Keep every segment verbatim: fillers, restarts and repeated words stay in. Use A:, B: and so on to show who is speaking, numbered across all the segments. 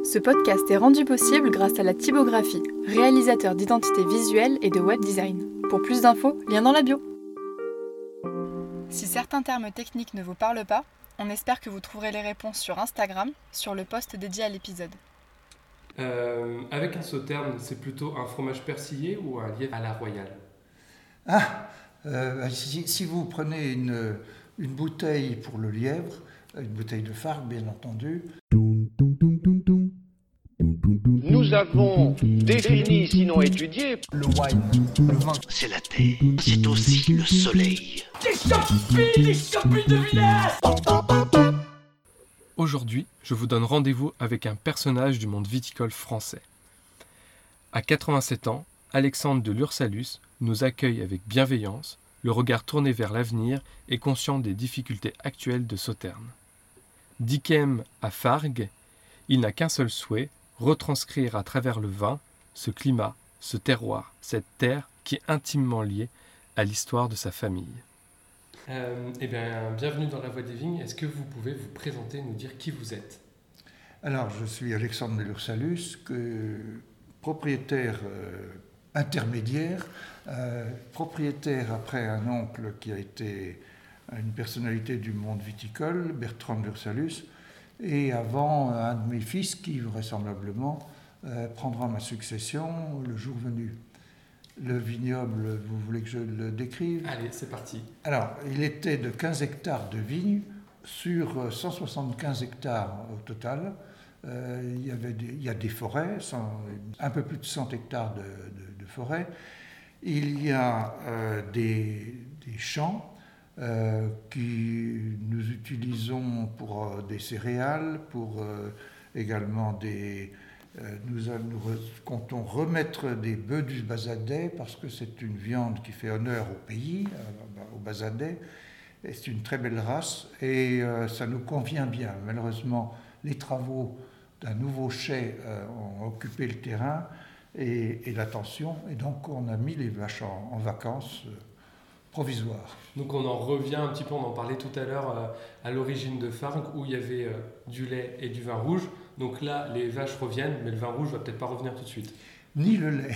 A: Ce podcast est rendu possible grâce à la Typographie, réalisateur d'identité visuelle et de web design. Pour plus d'infos, lien dans la bio. Si certains termes techniques ne vous parlent pas, on espère que vous trouverez les réponses sur Instagram, sur le post dédié à l'épisode.
B: Euh, avec un sauterne, c'est plutôt un fromage persillé ou un lièvre à la royale?
C: Ah, euh, si, si vous prenez une, une bouteille pour le lièvre, une bouteille de Fargue bien entendu.
D: Nous avons défini, sinon étudié,
C: Le wine, le vin.
E: C'est la terre, c'est aussi le soleil.
B: Aujourd'hui, je vous donne rendez-vous avec un personnage du monde viticole français. À quatre-vingt-sept ans, Alexandre de Lursalus nous accueille avec bienveillance, le regard tourné vers l'avenir et conscient des difficultés actuelles de Sauternes. D'Yquem à Fargue, il n'a qu'un seul souhait, retranscrire à travers le vin ce climat, ce terroir, cette terre qui est intimement liée à l'histoire de sa famille. Euh, eh bien, bienvenue dans La Voix des Vignes. Est-ce que vous pouvez vous présenter, nous dire qui vous êtes?
C: Alors, je suis Alexandre de Lursalus, que, propriétaire euh, intermédiaire, euh, propriétaire après un oncle qui a été une personnalité du monde viticole, Bertrand de Lursalus, et avant un de mes fils qui, vraisemblablement, euh, prendra ma succession le jour venu. Le vignoble, vous voulez que je le décrive?
B: Allez, c'est parti.
C: Alors, il était de quinze hectares de vignes sur cent soixante-quinze hectares au total. Euh, il, y avait des, il y a des forêts, cent, un peu plus de cent hectares de, de, de forêts. Il y a euh, des, des champs euh, qui nous utilisons pour euh, des céréales, pour euh, également des... Euh, nous, nous comptons remettre des bœufs du Bazadais parce que c'est une viande qui fait honneur au pays, euh, au Bazadais. Et c'est une très belle race et euh, ça nous convient bien. Malheureusement, les travaux d'un nouveau chai euh, ont occupé le terrain et, et l'attention, et donc on a mis les vaches en, en vacances euh, provisoires.
B: Donc on en revient un petit peu, on en parlait tout à l'heure euh, à l'origine de Fargue où il y avait euh, du lait et du vin rouge. Donc là, les vaches reviennent, mais le vin rouge va peut-être pas revenir tout de suite.
C: Ni le lait.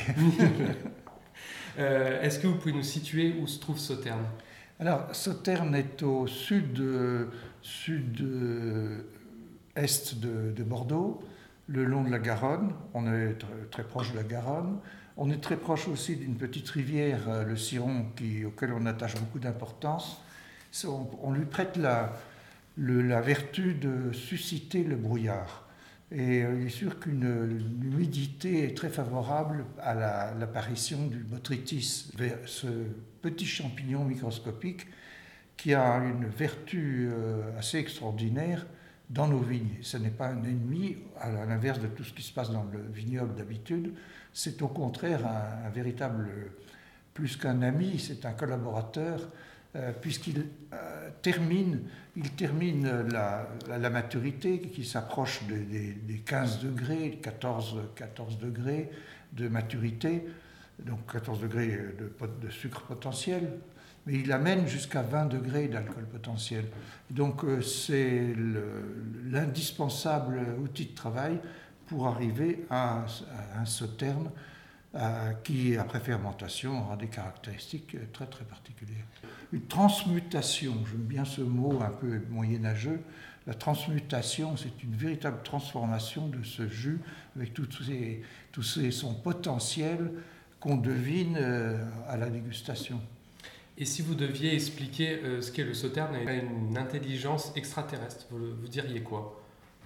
B: euh, est-ce que vous pouvez nous situer où se trouve Sauternes?
C: Alors, Sauternes est au sud, euh, sud euh, est de, de Bordeaux, le long de la Garonne. On est très, très proche de la Garonne. On est très proche aussi d'une petite rivière, euh, le Ciron, qui, auquel on attache beaucoup d'importance. On, on lui prête la, le, la vertu de susciter le brouillard. Et euh, il est sûr qu'une humidité est très favorable à la, l'apparition du botrytis, ce petit champignon microscopique qui a une vertu euh, assez extraordinaire dans nos vignes. Ce n'est pas un ennemi, à l'inverse de tout ce qui se passe dans le vignoble d'habitude. C'est au contraire un, un véritable, plus qu'un ami, c'est un collaborateur, euh, puisqu'il euh, termine, il termine la, la, la maturité qui s'approche de, de, des quinze degrés, quatorze, quatorze degrés de maturité, donc quatorze degrés de, de sucre potentiel, mais il amène jusqu'à vingt degrés d'alcool potentiel. Donc euh, c'est le, l'indispensable outil de travail pour arriver à, à un sauterne euh, qui, après fermentation, aura des caractéristiques très très particulières. Une transmutation, j'aime bien ce mot un peu moyenâgeux, la transmutation, c'est une véritable transformation de ce jus avec tout, ces, tout ces, son potentiel qu'on devine euh, à la dégustation.
B: Et si vous deviez expliquer euh, ce qu'est le sauterne et une intelligence extraterrestre, vous, vous diriez quoi?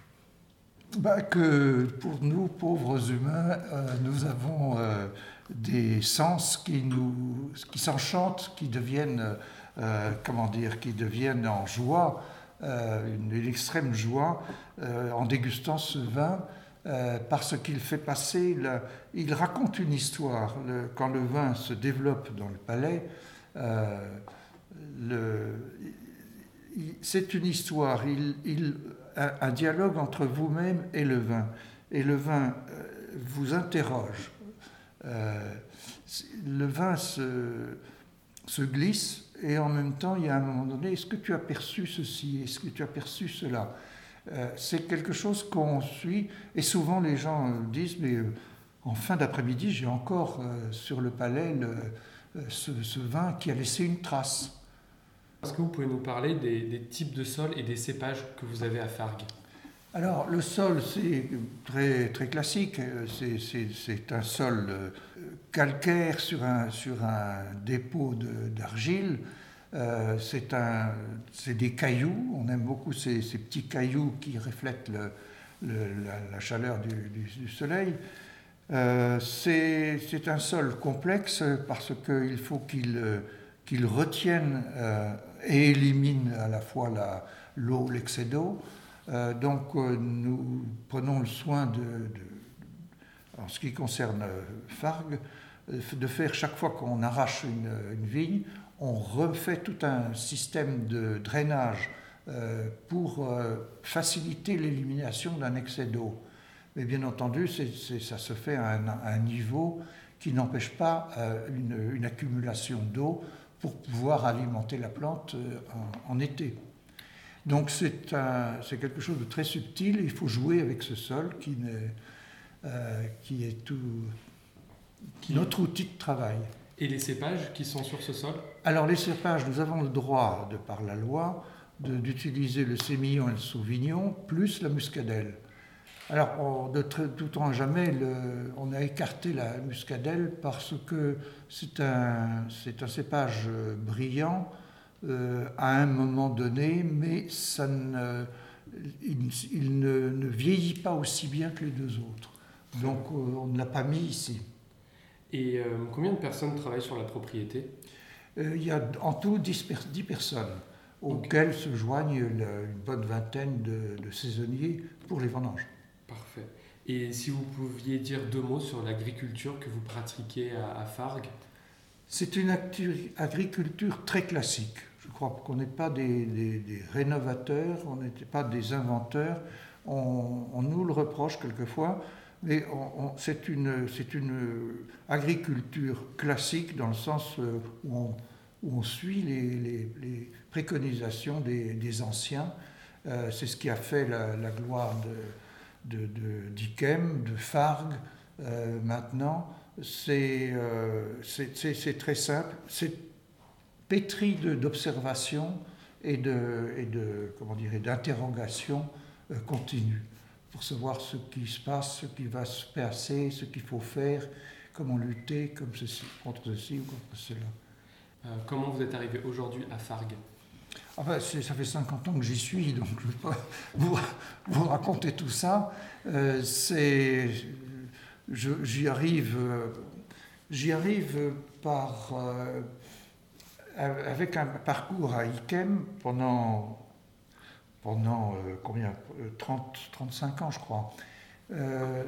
C: Bah que pour nous, pauvres humains, euh, nous avons euh, des sens qui nous, qui s'enchantent, qui deviennent, euh, comment dire, qui deviennent en joie, euh, une, une extrême joie, euh, en dégustant ce vin, euh, parce qu'il fait passer, le, il raconte une histoire. Le, quand le vin se développe dans le palais, euh, le, il, c'est une histoire. Il, il un dialogue entre vous-même et le vin. Et le vin euh, vous interroge. Euh, le vin se, se glisse et en même temps, il y a un moment donné, est-ce que tu as perçu ceci? Est-ce que tu as perçu cela? Euh, c'est quelque chose qu'on suit, et souvent les gens euh, disent, mais euh, en fin d'après-midi, j'ai encore euh, sur le palais le, euh, ce, ce vin qui a laissé une trace.
B: Est-ce que vous pouvez nous parler des, des types de sols et des cépages que vous avez à Fargues ?
C: Alors, le sol, c'est très, très classique. C'est, c'est, c'est un sol euh, calcaire sur un, sur un dépôt de, d'argile. Euh, c'est, un, c'est des cailloux. On aime beaucoup ces, ces petits cailloux qui reflètent le, le, la, la chaleur du, du, du soleil. Euh, c'est, c'est un sol complexe parce qu'il faut qu'il, qu'il retienne euh, et élimine à la fois la, l'eau, l'excès d'eau. Euh, donc euh, nous prenons le soin de, de en ce qui concerne euh, Fargues, euh, de faire chaque fois qu'on arrache une, une vigne, on refait tout un système de drainage euh, pour euh, faciliter l'élimination d'un excès d'eau. Mais bien entendu, c'est, c'est, ça se fait à un, à un niveau qui n'empêche pas euh, une, une accumulation d'eau pour pouvoir alimenter la plante euh, en, en été. Donc c'est, un, c'est quelque chose de très subtil, il faut jouer avec ce sol qui, euh, qui est tout, qui... notre outil de travail.
B: Et les cépages qui sont sur ce sol ?
C: Alors les cépages, nous avons le droit, de par la loi, de, d'utiliser le sémillon et le sauvignon, plus la muscadelle. Alors on, de tout temps à jamais, le, on a écarté la muscadelle parce que c'est un, c'est un cépage brillant, Euh, à un moment donné, mais ça ne, il, il ne, ne vieillit pas aussi bien que les deux autres. Donc euh, on ne l'a pas mis ici.
B: Et euh, combien de personnes travaillent sur la propriété ?
C: euh, Il y a en tout dix, dix personnes, auxquelles se joignent le, une bonne vingtaine de, de saisonniers pour les vendanges.
B: Parfait. Et si vous pouviez dire deux mots sur l'agriculture que vous pratiquez à, à Fargues ? C'est
C: une actu- agriculture très classique. Je crois qu'on n'est pas des, des, des rénovateurs, on n'était pas des inventeurs. On, on nous le reproche quelquefois, mais on, on, c'est, une, c'est une agriculture classique dans le sens où on, où on suit les, les, les préconisations des, des anciens. Euh, c'est ce qui a fait la, la gloire de, de, de, d'Yquem, de Fargues euh, maintenant. C'est, euh, c'est, c'est, c'est très simple. C'est pétri de, d'observation et, de, et de, comment dire, d'interrogation euh, continue pour savoir ce qui se passe, ce qui va se passer, ce qu'il faut faire, comment lutter comme ceci, contre ceci ou contre cela.
B: Euh, comment vous êtes arrivé aujourd'hui à Fargues ?
C: Enfin, c'est, ça fait cinquante ans que j'y suis, donc je ne vais pas vous, vous raconter tout ça. Euh, c'est, je, j'y arrive, j'y arrive par... Euh, avec un parcours à Yquem pendant, pendant euh, combien, trente, trente-cinq ans, je crois. Euh,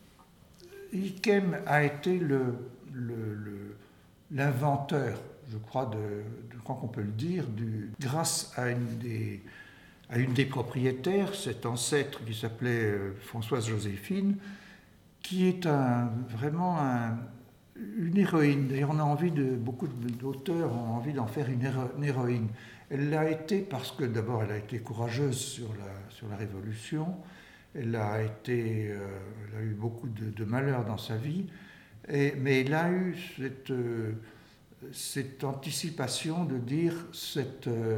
C: Yquem a été le, le, le, l'inventeur, je crois, de, je crois qu'on peut le dire, du, grâce à une, des, à une des propriétaires, cet ancêtre qui s'appelait euh, Françoise Joséphine, qui est un, vraiment un... une héroïne. D'ailleurs, on a envie de, beaucoup d'auteurs ont envie d'en faire une, héro, une héroïne. Elle l'a été parce que d'abord, elle a été courageuse sur la, sur la Révolution. Elle a été, euh, elle a eu beaucoup de, de malheurs dans sa vie, et, mais elle a eu cette, euh, cette anticipation de dire cette, euh,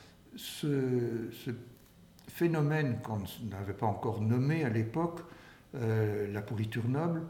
C: ce, ce phénomène qu'on n'avait pas encore nommé à l'époque, euh, la pourriture noble.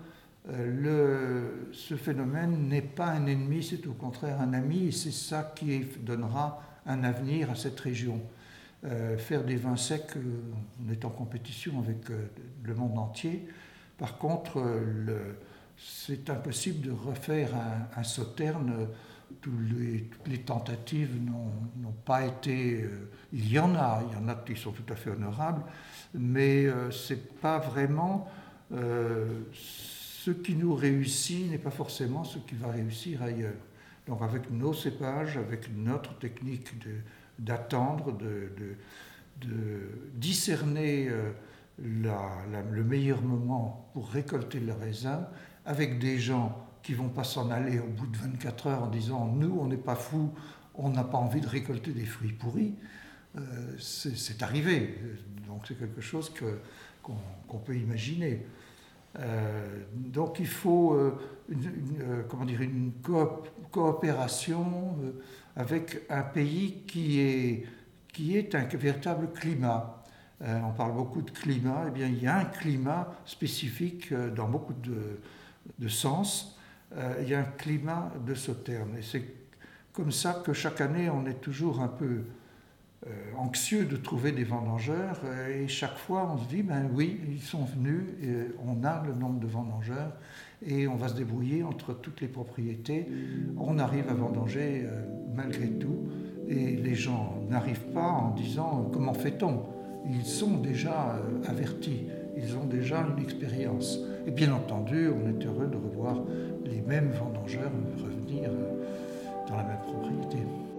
C: Le, ce phénomène n'est pas un ennemi, c'est au contraire un ami, et c'est ça qui donnera un avenir à cette région. Euh, faire des vins secs, euh, on est en compétition avec euh, le monde entier. Par contre, euh, le, c'est impossible de refaire un, un sauterne. Tous les, toutes les tentatives n'ont, n'ont pas été... Euh, il y en a, il y en a qui sont tout à fait honorables, mais euh, c'est pas vraiment... Euh, ce qui nous réussit n'est pas forcément ce qui va réussir ailleurs. Donc avec nos cépages, avec notre technique de, d'attendre, de, de, de discerner euh, la, la, le meilleur moment pour récolter le raisin, avec des gens qui ne vont pas s'en aller au bout de vingt-quatre heures en disant « nous, on n'est pas fous, on n'a pas envie de récolter des fruits pourris ». euh, c'est, c'est arrivé. Donc c'est quelque chose que, qu'on, qu'on peut imaginer. Euh, donc il faut euh, une, une, euh, comment dire, une coop- coopération euh, avec un pays qui est, qui est un véritable climat. Euh, on parle beaucoup de climat, eh bien il y a un climat spécifique euh, dans beaucoup de, de sens. Euh, il y a un climat de Sauternes. Et c'est comme ça que chaque année on est toujours un peu Euh, anxieux de trouver des vendangeurs euh, et chaque fois on se dit ben oui, ils sont venus, et on a le nombre de vendangeurs et on va se débrouiller entre toutes les propriétés, on arrive à vendanger euh, malgré tout et les gens n'arrivent pas en disant comment fait-on, ils sont déjà euh, avertis, ils ont déjà une expérience et bien entendu on est heureux de revoir les mêmes vendangeurs revenir euh, dans la même propriété.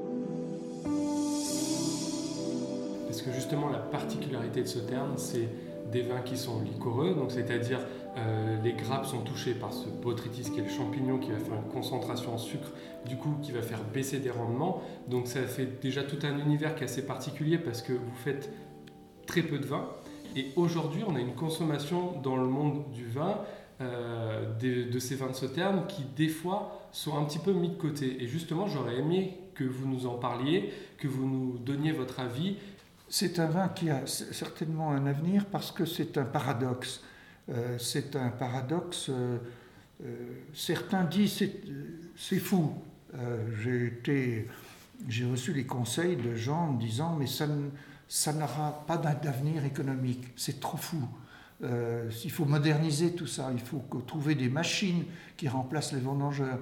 B: Parce que justement, la particularité de Sauternes, c'est des vins qui sont liquoreux, donc c'est-à-dire euh, les grappes sont touchées par ce botrytis qui est le champignon qui va faire une concentration en sucre, du coup qui va faire baisser des rendements. Donc ça fait déjà tout un univers qui est assez particulier parce que vous faites très peu de vin. Et aujourd'hui, on a une consommation dans le monde du vin, euh, de, de ces vins de Sauternes qui des fois sont un petit peu mis de côté. Et justement, j'aurais aimé que vous nous en parliez, que vous nous donniez votre avis.
C: C'est un vin qui a certainement un avenir parce que c'est un paradoxe. Euh, c'est un paradoxe. Euh, euh, certains disent c'est, c'est fou. Euh, j'ai, été, j'ai reçu les conseils de gens en me disant mais ça, ça n'aura pas d'avenir économique. C'est trop fou. Euh, il faut moderniser tout ça. Il faut trouver des machines qui remplacent les vendangeurs.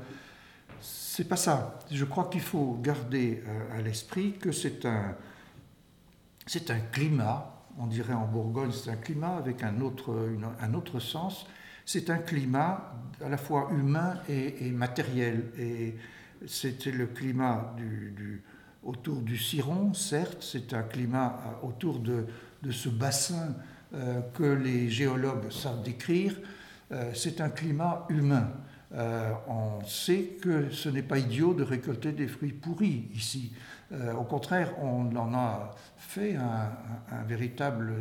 C: C'est pas ça. Je crois qu'il faut garder euh, à l'esprit que c'est un C'est un climat, on dirait en Bourgogne, c'est un climat avec un autre, une, un autre sens. C'est un climat à la fois humain et, et matériel. Et c'était le climat du, du, autour du Ciron, certes, c'est un climat autour de, de ce bassin euh, que les géologues savent décrire. Euh, c'est un climat humain. Euh, on sait que ce n'est pas idiot de récolter des fruits pourris ici. Euh, au contraire, on en a fait un, un, un véritable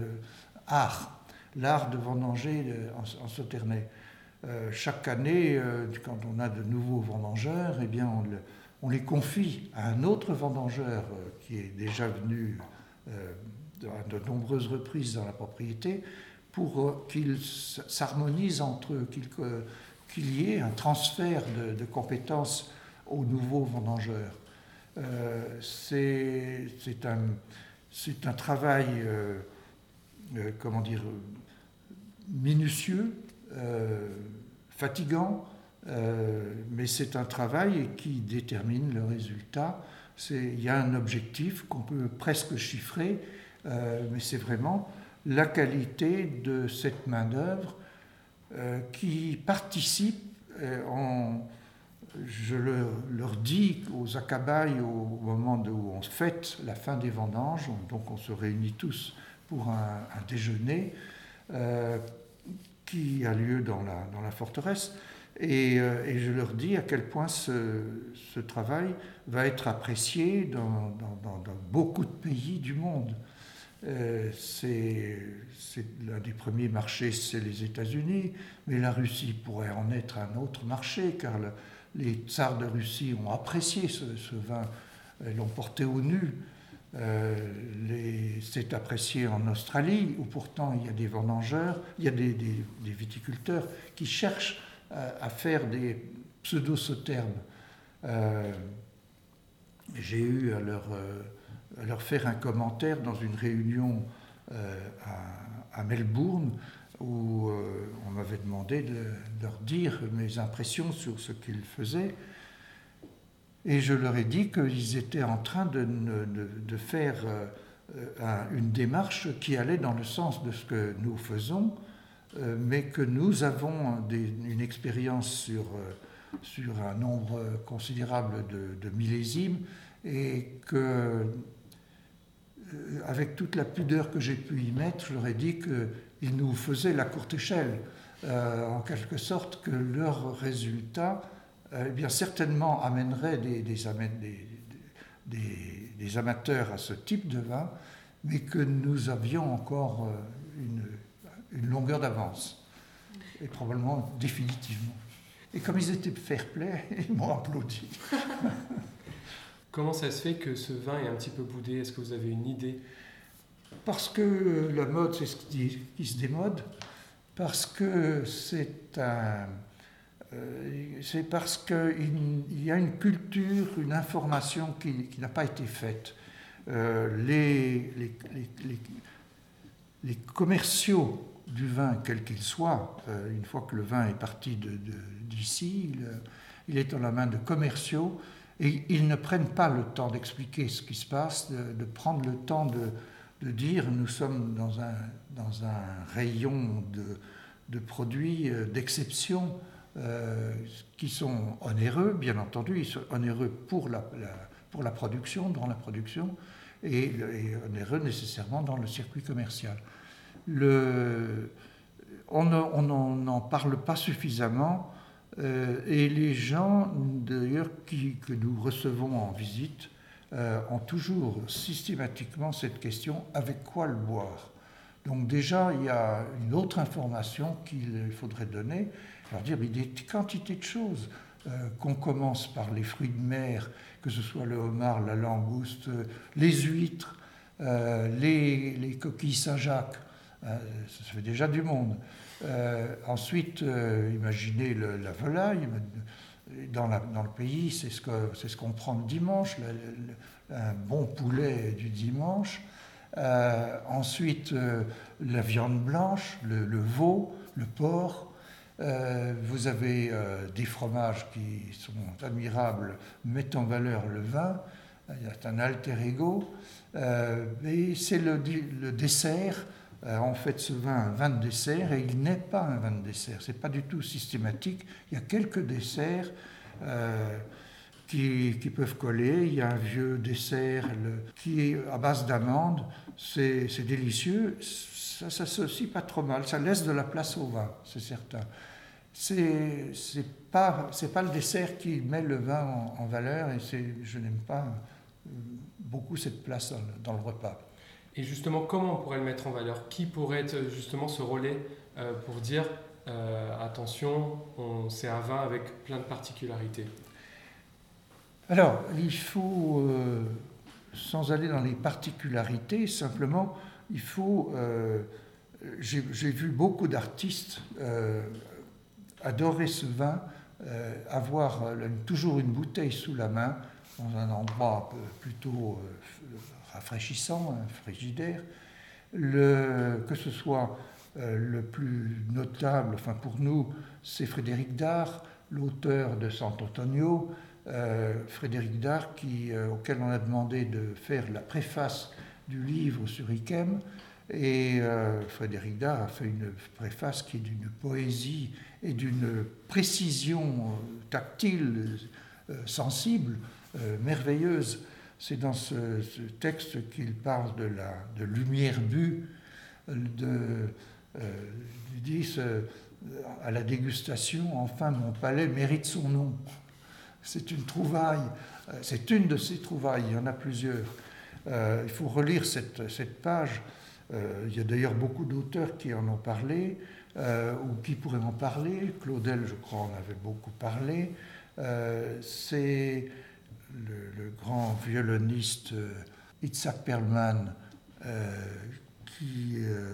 C: art, l'art de vendanger en, en Sauternais. Euh, chaque année, euh, quand on a de nouveaux vendangeurs, eh bien on, le, on les confie à un autre vendangeur euh, qui est déjà venu euh, de, de nombreuses reprises dans la propriété pour euh, qu'ils s'harmonisent entre eux, qu'ils, euh, qu'il y ait un transfert de, de compétences aux nouveaux vendangeurs. Euh, c'est, c'est, un, c'est un travail, euh, euh, comment dire, minutieux, euh, fatigant, euh, mais c'est un travail qui détermine le résultat. C'est, il y a un objectif qu'on peut presque chiffrer, euh, mais c'est vraiment la qualité de cette main-d'œuvre euh, qui participe euh, en... Je le, leur dis aux Acabailles, au moment de, où on fête la fin des vendanges, donc on se réunit tous pour un, un déjeuner euh, qui a lieu dans la, dans la forteresse, et, euh, et je leur dis à quel point ce, ce travail va être apprécié dans, dans, dans, dans beaucoup de pays du monde. Euh, c'est, c'est l'un des premiers marchés, c'est les États-Unis, mais la Russie pourrait en être un autre marché, car le, les tsars de Russie ont apprécié ce, ce vin, ils l'ont porté au nu. Euh, les, c'est apprécié en Australie, où pourtant il y a des vendangeurs, il y a des, des, des viticulteurs qui cherchent à, à faire des pseudo-sauternes. Euh, j'ai eu à leur, à leur faire un commentaire dans une réunion euh, à, à Melbourne, où euh, on m'avait demandé de leur dire mes impressions sur ce qu'ils faisaient. Et je leur ai dit qu'ils étaient en train de, de, de faire euh, un, une démarche qui allait dans le sens de ce que nous faisons, euh, mais que nous avons des, une expérience sur, euh, sur un nombre considérable de, de millésimes, et que, euh, avec toute la pudeur que j'ai pu y mettre, je leur ai dit que ils nous faisaient la courte échelle, euh, en quelque sorte que leurs résultats euh, eh bien, certainement amèneraient des, des, des, des, des amateurs à ce type de vin, mais que nous avions encore une, une longueur d'avance, et probablement définitivement. Et comme ils étaient fair-play, ils m'ont applaudi.
B: Comment ça se fait que ce vin est un petit peu boudé? Est-ce que vous avez une idée?
C: Parce que la mode, c'est ce qui, qui se démode, parce que c'est un... Euh, c'est parce qu'il y a une culture, une information qui, qui n'a pas été faite. Euh, les, les, les, les, les commerciaux du vin, quel qu'il soit, euh, une fois que le vin est parti de, de, d'ici, il, il est dans la main de commerciaux, et ils ne prennent pas le temps d'expliquer ce qui se passe, de, de prendre le temps de, de dire nous sommes dans un, dans un rayon de, de produits d'exception, Euh, qui sont onéreux, bien entendu, ils sont onéreux pour la, la, pour la production, dans la production, et, et onéreux nécessairement dans le circuit commercial. Le, on n'en parle pas suffisamment, euh, et les gens, d'ailleurs, qui, que nous recevons en visite, euh, ont toujours systématiquement cette question, avec quoi le boire? Donc déjà, il y a une autre information qu'il faudrait donner, leur dire, mais il y a des quantités de choses, euh, qu'on commence par les fruits de mer, que ce soit le homard, la langouste, les huîtres, euh, les, les coquilles Saint-Jacques, euh, ça fait déjà du monde. Euh, ensuite, euh, imaginez le, la volaille, dans, la, dans le pays, c'est ce, que, c'est ce qu'on prend le dimanche, le, le, un bon poulet du dimanche. Euh, ensuite, euh, la viande blanche, le, le veau, le porc. Euh, vous avez euh, des fromages qui sont admirables, mettent en valeur le vin. Il y a un alter ego. Euh, et c'est le, le dessert. Euh, en fait, ce vin, un vin de dessert, et il n'est pas un vin de dessert. C'est pas du tout systématique. Il y a quelques desserts euh, qui, qui peuvent coller. Il y a un vieux dessert le, qui est à base d'amandes. C'est, c'est délicieux. Ça ne s'associe pas trop mal. Ça laisse de la place au vin, c'est certain. C'est, c'est pas, c'est pas le dessert qui met le vin en, en valeur, et c'est, je n'aime pas beaucoup cette place dans le, dans le repas.
B: Et justement, comment on pourrait le mettre en valeur? Qui pourrait être justement ce relais euh, pour dire euh, attention, on, c'est un vin avec plein de particularités?
C: Alors, il faut, euh, sans aller dans les particularités, simplement, il faut... Euh, j'ai, j'ai vu beaucoup d'artistes euh, adorer ce vin, euh, avoir euh, toujours une bouteille sous la main, dans un endroit plutôt euh, rafraîchissant, un frigidaire. Le, que ce soit euh, le plus notable, enfin pour nous, c'est Frédéric Dard, l'auteur de Sant'Antonio, euh, Frédéric Dard, qui, euh, auquel on a demandé de faire la préface du livre sur Yquem. Et euh, Frédéric Dard a fait une préface qui est d'une poésie et d'une précision euh, tactile, euh, sensible, euh, merveilleuse. C'est dans ce, ce texte qu'il parle de la de lumière bue, de, euh, il dit ce, à la dégustation, enfin mon palais mérite son nom. C'est une trouvaille, c'est une de ces trouvailles, il y en a plusieurs. Euh, il faut relire cette, cette page. Euh, il y a d'ailleurs beaucoup d'auteurs qui en ont parlé, euh, ou qui pourraient en parler. Claudel, je crois, en avait beaucoup parlé. Euh, c'est le, le grand violoniste euh, Itzhak Perlman, euh, qui, euh,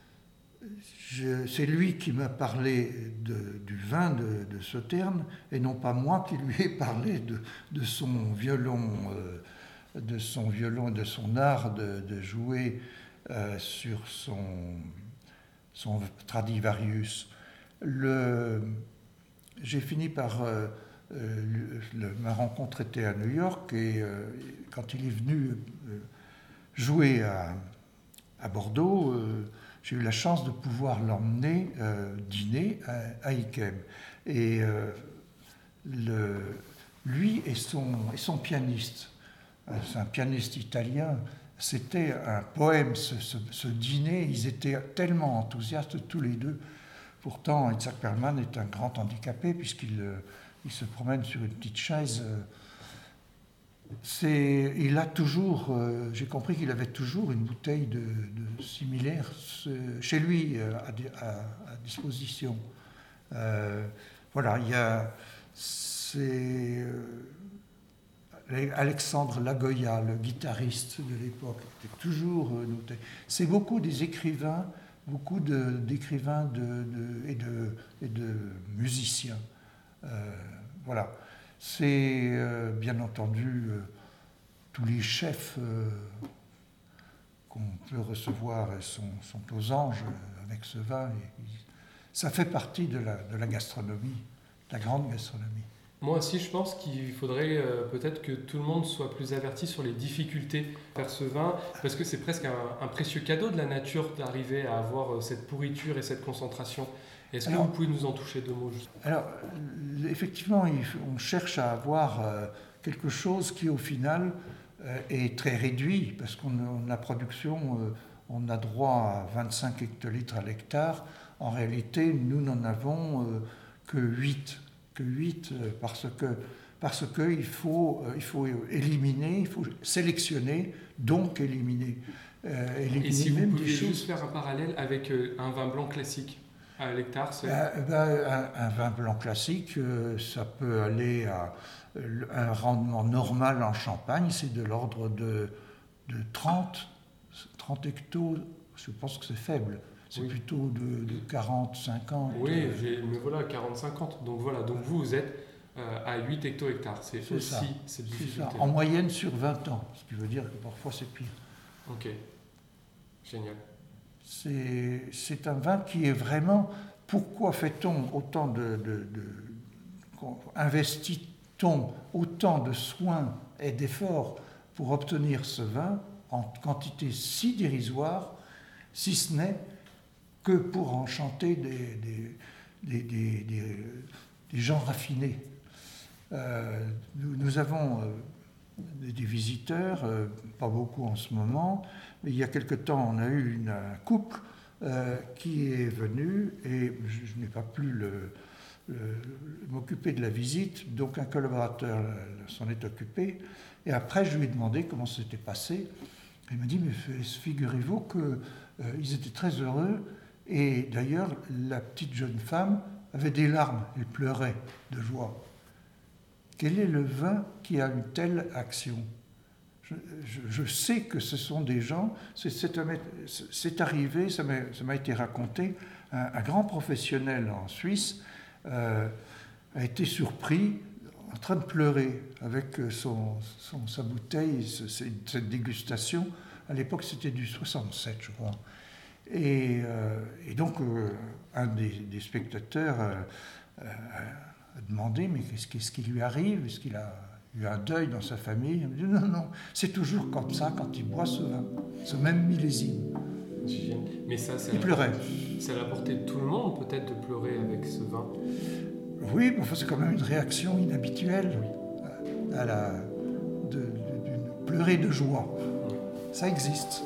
C: je, c'est lui qui m'a parlé de, du vin de, de Sauternes, et non pas moi qui lui ai parlé de, de son violon, euh, de son violon et de son art de, de jouer Euh, sur son, son Stradivarius. Le, j'ai fini par... Euh, le, le, ma rencontre était à New York, et euh, quand il est venu euh, jouer à, à Bordeaux, euh, j'ai eu la chance de pouvoir l'emmener euh, dîner à, à Yquem. Et euh, le, lui et son, et son pianiste, c'est un pianiste italien. C'était un poème, ce, ce, ce dîner. Ils étaient tellement enthousiastes tous les deux. Pourtant, Itzhak Perlman est un grand handicapé, puisqu'il euh, il se promène sur une petite chaise. C'est, il a toujours, euh, j'ai compris qu'il avait toujours une bouteille de, de similaire chez lui euh, à, à, à disposition. Euh, voilà, il y a, c'est euh, Alexandre Lagoya, le guitariste de l'époque, était toujours euh, noté. C'est beaucoup des écrivains, beaucoup de, d'écrivains de, de, et, de, et de musiciens. Euh, voilà. C'est euh, bien entendu euh, tous les chefs euh, qu'on peut recevoir sont, sont aux anges avec ce vin. Et, et ça fait partie de la, de la gastronomie, de la grande gastronomie.
B: Moi aussi, je pense qu'il faudrait euh, peut-être que tout le monde soit plus averti sur les difficultés de faire ce vin, parce que c'est presque un, un précieux cadeau de la nature d'arriver à avoir euh, cette pourriture et cette concentration. Est-ce alors, que vous pouvez nous en toucher deux mots juste ?
C: Alors, effectivement, on cherche à avoir euh, quelque chose qui, au final, euh, est très réduit, parce qu'on a la production, euh, on a droit à vingt-cinq hectolitres à l'hectare. En réalité, nous n'en avons euh, que huit. Que huit parce que parce que il faut il faut éliminer, il faut sélectionner, donc éliminer.
B: Euh, éliminer Et si vous pouviez juste faire un parallèle avec un vin blanc classique à l'hectare, c'est
C: euh, ben, un, un vin blanc classique, euh, ça peut aller à un rendement normal en Champagne, c'est de l'ordre de de trente hectos. Je pense que c'est faible. C'est oui. plutôt de, de quarante, cinquante.
B: Oui, j'ai, mais voilà, quarante, cinquante. Donc voilà, donc vous, vous êtes euh, à huit hecto-hectares. C'est, c'est aussi
C: ça.
B: cette
C: difficulté. C'est ça. En moyenne sur vingt ans, ce qui veut dire que parfois c'est pire.
B: Ok, génial.
C: C'est, c'est un vin qui est vraiment... Pourquoi fait-on autant de... de, de investit-on autant de soins et d'efforts pour obtenir ce vin en quantité si dérisoire, si ce n'est que pour enchanter des, des, des, des, des, des gens raffinés. Euh, nous, nous avons euh, des, des visiteurs, euh, pas beaucoup en ce moment, mais il y a quelque temps, on a eu une, un couple euh, qui est venu, et je, je n'ai pas pu le, le, m'occuper de la visite, donc un collaborateur s'en est occupé, et après je lui ai demandé comment c'était passé. Il m'a dit, mais figurez-vous qu'ils euh, étaient très heureux. Et d'ailleurs, la petite jeune femme avait des larmes, elle pleurait de joie. Quel est le vin qui a une telle action ? je, je, je sais que ce sont des gens, c'est, c'est, c'est arrivé, ça m'a, ça m'a été raconté, un, un grand professionnel en Suisse euh, a été surpris en train de pleurer avec son, son, sa bouteille, cette dégustation. À l'époque, c'était du soixante-sept, je crois. Et, euh, et donc, euh, un des, des spectateurs euh, euh, a demandé, mais qu'est-ce, qu'est-ce qui lui arrive ? Est-ce qu'il a eu un deuil dans sa famille ? Il me dit, non, non, c'est toujours comme ça quand il boit ce vin, ce même millésime.
B: Mais ça, c'est
C: il pleurait.
B: C'est à la portée de tout le monde, peut-être, de pleurer avec ce vin.
C: Oui, mais c'est quand même une réaction inhabituelle à la, de, de, de pleurer de joie. Oui. Ça existe.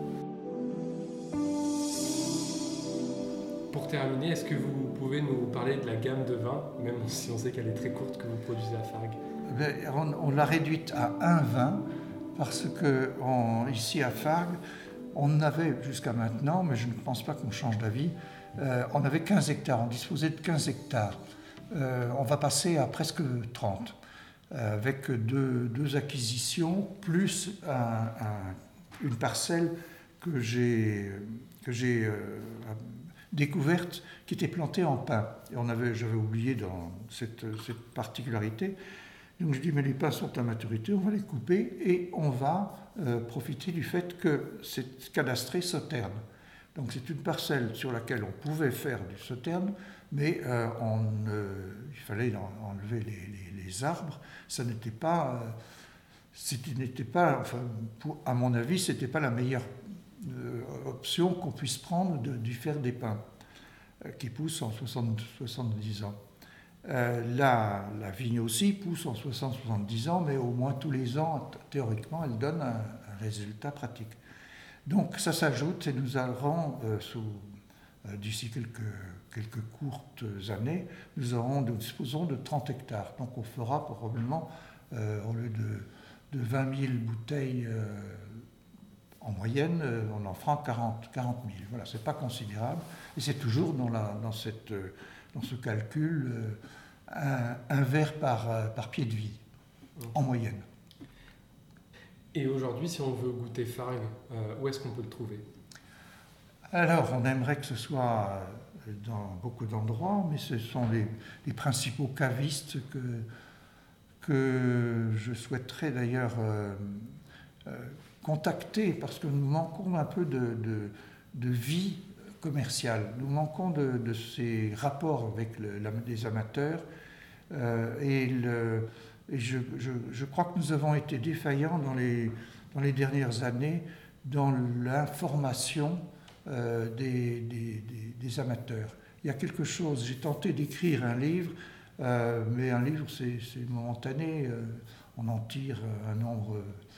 B: Pour terminer, est-ce que vous pouvez nous parler de la gamme de vins, même si on sait qu'elle est très courte, que vous produisez à Fargues ?
C: On, on l'a réduite à un vin, parce que on, ici à Fargues, on avait jusqu'à maintenant, mais je ne pense pas qu'on change d'avis, euh, on avait quinze hectares, on disposait de quinze hectares. Euh, on va passer à presque trente, euh, avec deux, deux acquisitions, plus un, un, une parcelle que j'ai, que j'ai euh, découverte, qui était plantée en pin. Et on avait, j'avais oublié dans cette, cette particularité. Donc je dis, mais les pins sont à maturité, on va les couper et on va euh, profiter du fait que c'est cadastré Sauterne. Donc c'est une parcelle sur laquelle on pouvait faire du Sauterne, mais euh, on, euh, il fallait enlever les, les, les arbres. Ça n'était pas, euh, c'était, n'était pas enfin, pour, à mon avis, c'était pas la meilleure euh, option qu'on puisse prendre de, de faire des pins euh, qui poussent en soixante, soixante-dix ans. Euh, la, la vigne aussi pousse en soixante à soixante-dix ans, mais au moins tous les ans, théoriquement, elle donne un, un résultat pratique. Donc ça s'ajoute et nous aurons, euh, sous, euh, d'ici quelques, quelques courtes années, nous, aurons, nous disposons de trente hectares. Donc on fera probablement, euh, au lieu de, de vingt mille bouteilles euh, en moyenne, euh, on en fera quarante mille. Voilà, c'est pas considérable. Et c'est toujours dans, la, dans, cette, euh, dans ce calcul euh, un, un verre par, euh, par pied de vie, mmh. en moyenne.
B: Et aujourd'hui, si on veut goûter Fargue, euh, où est-ce qu'on peut le trouver ?
C: Alors, on aimerait que ce soit dans beaucoup d'endroits, mais ce sont les, les principaux cavistes que, que je souhaiterais d'ailleurs euh, euh, contacter, parce que nous manquons un peu de, de, de vie commerciale. Nous manquons de, de ces rapports avec le, la, les amateurs. Euh, et le, et je, je, je crois que nous avons été défaillants dans les, dans les dernières années dans l'information Euh, des, des, des, des amateurs. Il y a quelque chose, j'ai tenté d'écrire un livre, euh, mais un livre c'est, c'est momentané, euh, on en tire un nombre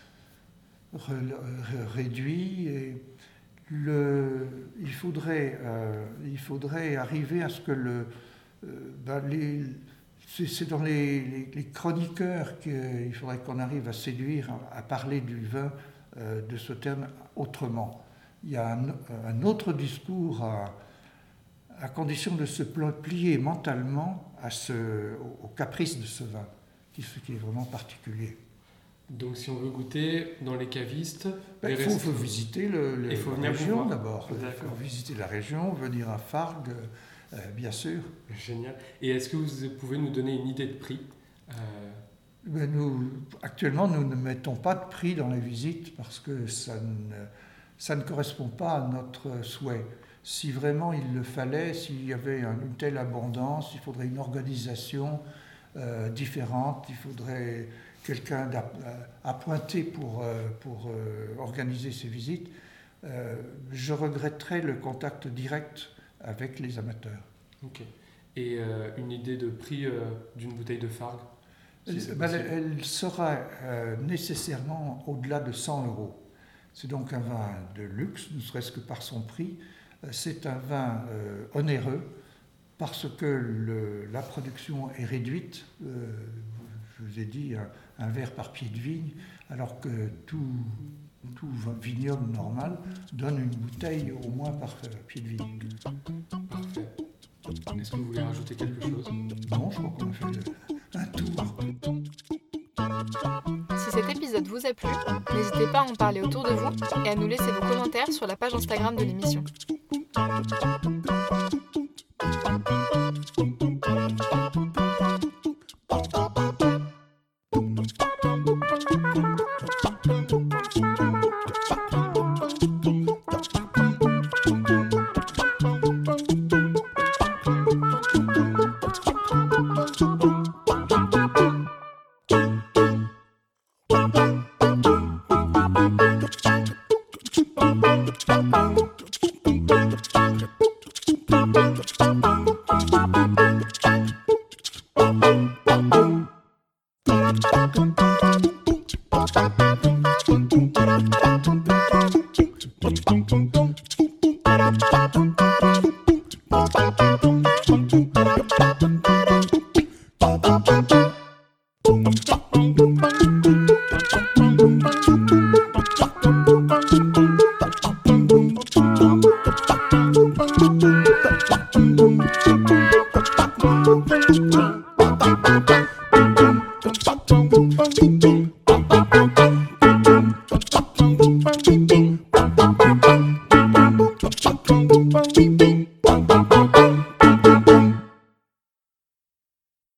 C: re, re, réduit, et le, il, faudrait, euh, il faudrait arriver à ce que le... Euh, ben les, c'est, c'est dans les, les, les chroniqueurs qu'il faudrait qu'on arrive à séduire, à, à parler du vin euh, de ce terme autrement. Il y a un, un autre discours à, à condition de se plier mentalement à ce, au, au caprice de ce vin, qui, ce qui est vraiment particulier.
B: Donc si on veut goûter dans les cavistes...
C: Ben, il faut, faut visiter le, le,
B: faut
C: la région d'abord.
B: Il
C: faut visiter la région, venir à Fargue, euh, bien sûr.
B: Génial. Et est-ce que vous pouvez nous donner une idée de prix ? euh...
C: ben, nous, Actuellement, nous ne mettons pas de prix dans les visites parce que ça ne... ça ne correspond pas à notre souhait. Si vraiment il le fallait, s'il y avait une telle abondance, il faudrait une organisation euh, différente, il faudrait quelqu'un à pointer pour, euh, pour euh, organiser ces visites. Euh, je regretterais le contact direct avec les amateurs.
B: Ok. Et euh, une idée de prix euh, d'une bouteille de Fargue, si
C: ben, elle, elle sera euh, nécessairement au-delà de cent euros. C'est donc un vin de luxe, ne serait-ce que par son prix. C'est un vin euh, onéreux parce que le, la production est réduite. Euh, je vous ai dit, un, un verre par pied de vigne, alors que tout, tout vignoble normal donne une bouteille au moins par euh, pied de vigne.
B: Parfait. Est-ce que vous voulez rajouter quelque chose ?
C: Non, je crois qu'on a fait un tour.
A: Si cet épisode vous a plu, n'hésitez pas à en parler autour de vous et à nous laisser vos commentaires sur la page Instagram de l'émission.
F: Thank you.